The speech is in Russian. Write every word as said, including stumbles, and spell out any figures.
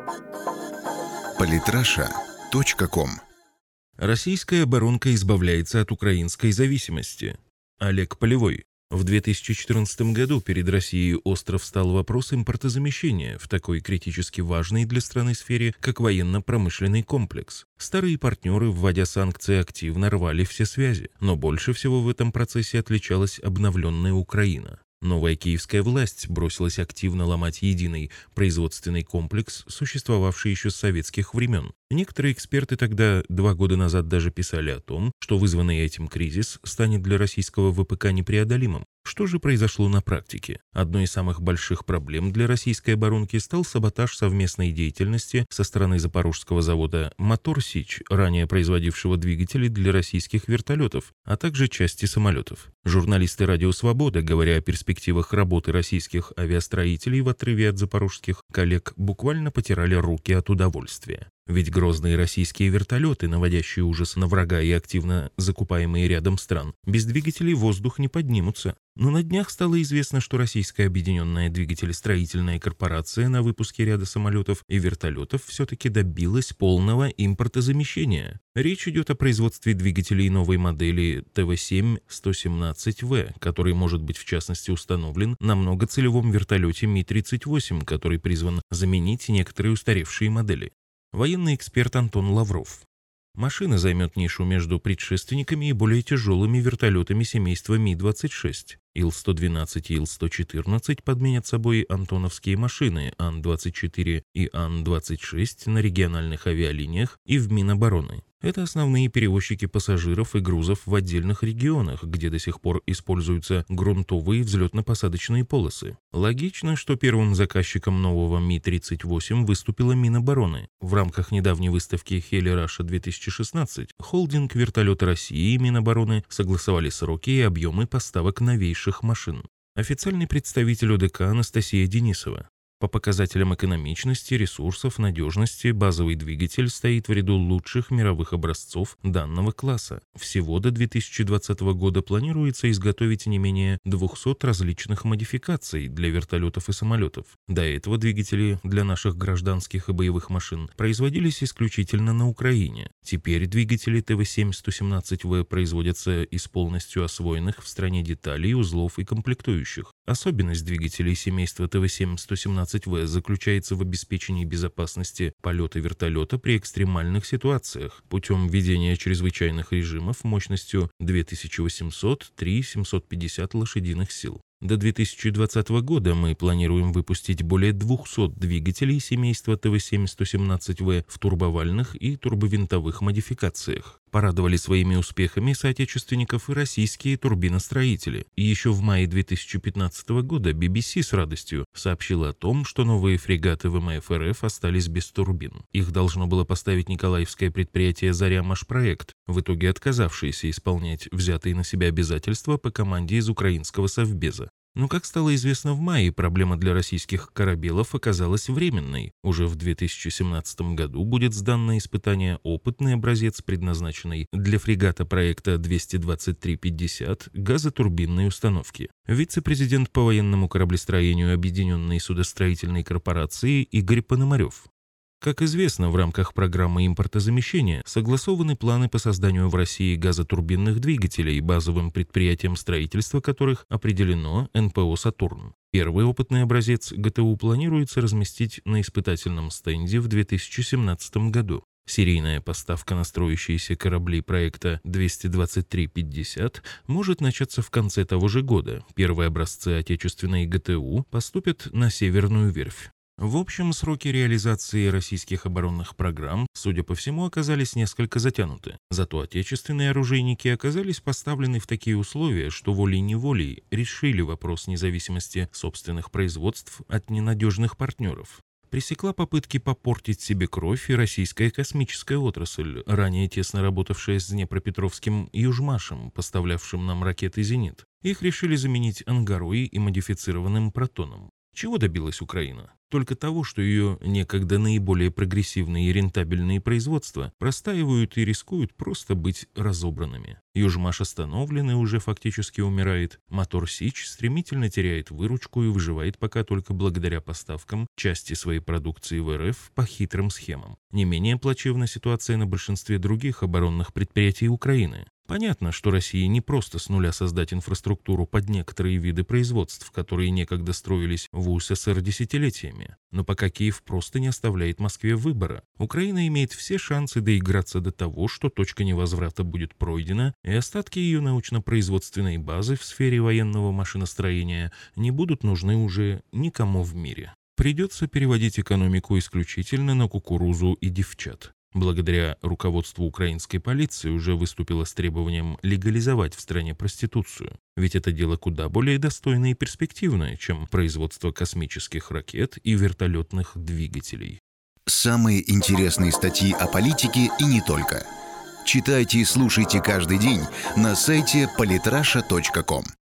политраша точка ком. Российская оборонка избавляется от украинской зависимости. Олег Полевой. В две тысячи четырнадцатом году перед Россией остро встал вопрос импортозамещения в такой критически важной для страны сфере, как военно-промышленный комплекс. Старые партнеры, вводя санкции, активно рвали все связи, но больше всего в этом процессе отличалась обновленная Украина. Новая киевская власть бросилась активно ломать единый производственный комплекс, существовавший еще с советских времен. Некоторые эксперты тогда, два года назад, даже писали о том, что вызванный этим кризис станет для российского ВПК непреодолимым. Что же произошло на практике? Одной из самых больших проблем для российской оборонки стал саботаж совместной деятельности со стороны запорожского завода «Мотор Сич», ранее производившего двигатели для российских вертолетов, а также части самолетов. Журналисты «Радио Свобода», говоря о перспективах работы российских авиастроителей в отрыве от запорожских коллег, буквально потирали руки от удовольствия. Ведь грозные российские вертолеты, наводящие ужас на врага и активно закупаемые рядом стран, без двигателей в воздух не поднимутся. Но на днях стало известно, что российская объединенная двигателестроительная корпорация на выпуске ряда самолетов и вертолетов все-таки добилась полного импортозамещения. Речь идет о производстве двигателей новой модели Тэ Вэ семь сто семнадцать вэ, который может быть в частности установлен на многоцелевом вертолете Ми тридцать восемь, который призван заменить некоторые устаревшие модели. Военный эксперт Антон Лавров. Машина займет нишу между предшественниками и более тяжелыми вертолетами семейства Ми двадцать шесть. Ил сто двенадцать и Ил сто четырнадцать подменят собой антоновские машины Ан двадцать четыре и Ан двадцать шесть на региональных авиалиниях и в Минобороны. Это основные перевозчики пассажиров и грузов в отдельных регионах, где до сих пор используются грунтовые взлетно-посадочные полосы. Логично, что первым заказчиком нового Ми тридцать восемь выступила Минобороны. В рамках недавней выставки Хели Раша две тысячи шестнадцать холдинг «Вертолеты России» и Минобороны согласовали сроки и объемы поставок новейших машин. Официальный представитель О Дэ Ка Анастасия Денисова. По показателям экономичности, ресурсов, надежности, базовый двигатель стоит в ряду лучших мировых образцов данного класса. Всего до две тысячи двадцатого года планируется изготовить не менее двухсот различных модификаций для вертолетов и самолетов. До этого двигатели для наших гражданских и боевых машин производились исключительно на Украине. Теперь двигатели Тэ Вэ семь сто семнадцать вэ производятся из полностью освоенных в стране деталей, узлов и комплектующих. Особенность двигателей семейства Тэ Вэ семь сто семнадцать вэ заключается в обеспечении безопасности полета вертолета при экстремальных ситуациях путем введения чрезвычайных режимов мощностью две тысячи восемьсот — три тысячи семьсот пятьдесят лошадиных сил. До две тысячи двадцатого года мы планируем выпустить более двухсот двигателей семейства Тэ Вэ семь сто семнадцать вэ в турбовальных и турбовинтовых модификациях. Порадовали своими успехами соотечественников и российские турбиностроители. И еще в мае две тысячи пятнадцатого года Би Би Си с радостью сообщила о том, что новые фрегаты Вэ Эм Эф Эр Эф остались без турбин. Их должно было поставить николаевское предприятие «Заря-Машпроект», в итоге отказавшееся исполнять взятые на себя обязательства по команде из украинского совбеза. Но, как стало известно в мае, проблема для российских корабелов оказалась временной. Уже в две тысячи семнадцатом году будет сдан на испытание опытный образец, предназначенный для фрегата проекта двести двадцать три пятьдесят газотурбинной установки. Вице-президент по военному кораблестроению Объединенной судостроительной корпорации Игорь Пономарев. Как известно, в рамках программы импортозамещения согласованы планы по созданию в России газотурбинных двигателей, базовым предприятием строительства которых определено Эн Пэ О «Сатурн». Первый опытный образец Гэ Тэ У планируется разместить на испытательном стенде в две тысячи семнадцатом году. Серийная поставка на строящиеся корабли проекта двести двадцать три пятьдесят может начаться в конце того же года. Первые образцы отечественной Гэ Тэ У поступят на Северную верфь. В общем, сроки реализации российских оборонных программ, судя по всему, оказались несколько затянуты. Зато отечественные оружейники оказались поставлены в такие условия, что волей-неволей решили вопрос независимости собственных производств от ненадежных партнеров. Пресекла попытки попортить себе кровь и российская космическая отрасль, ранее тесно работавшая с Днепропетровским Южмашем, поставлявшим нам ракеты «Зенит». Их решили заменить «Ангарой» и модифицированным «Протоном». Чего добилась Украина? Только того, что ее некогда наиболее прогрессивные и рентабельные производства простаивают и рискуют просто быть разобранными. Южмаш остановлен и уже фактически умирает. Мотор Сич стремительно теряет выручку и выживает пока только благодаря поставкам части своей продукции в эр эф по хитрым схемам. Не менее плачевна ситуация на большинстве других оборонных предприятий Украины. Понятно, что России не просто с нуля создать инфраструктуру под некоторые виды производств, которые некогда строились в у эс эс эр десятилетиями. Но пока Киев просто не оставляет Москве выбора, Украина имеет все шансы доиграться до того, что точка невозврата будет пройдена, и остатки ее научно-производственной базы в сфере военного машиностроения не будут нужны уже никому в мире. Придется переводить экономику исключительно на кукурузу и девчат. Благодаря руководству украинской полиции уже выступила с требованием легализовать в стране проституцию. Ведь это дело куда более достойное и перспективное, чем производство космических ракет и вертолетных двигателей. Самые интересные статьи о политике и не только. Читайте и слушайте каждый день на сайте политраша точка ком.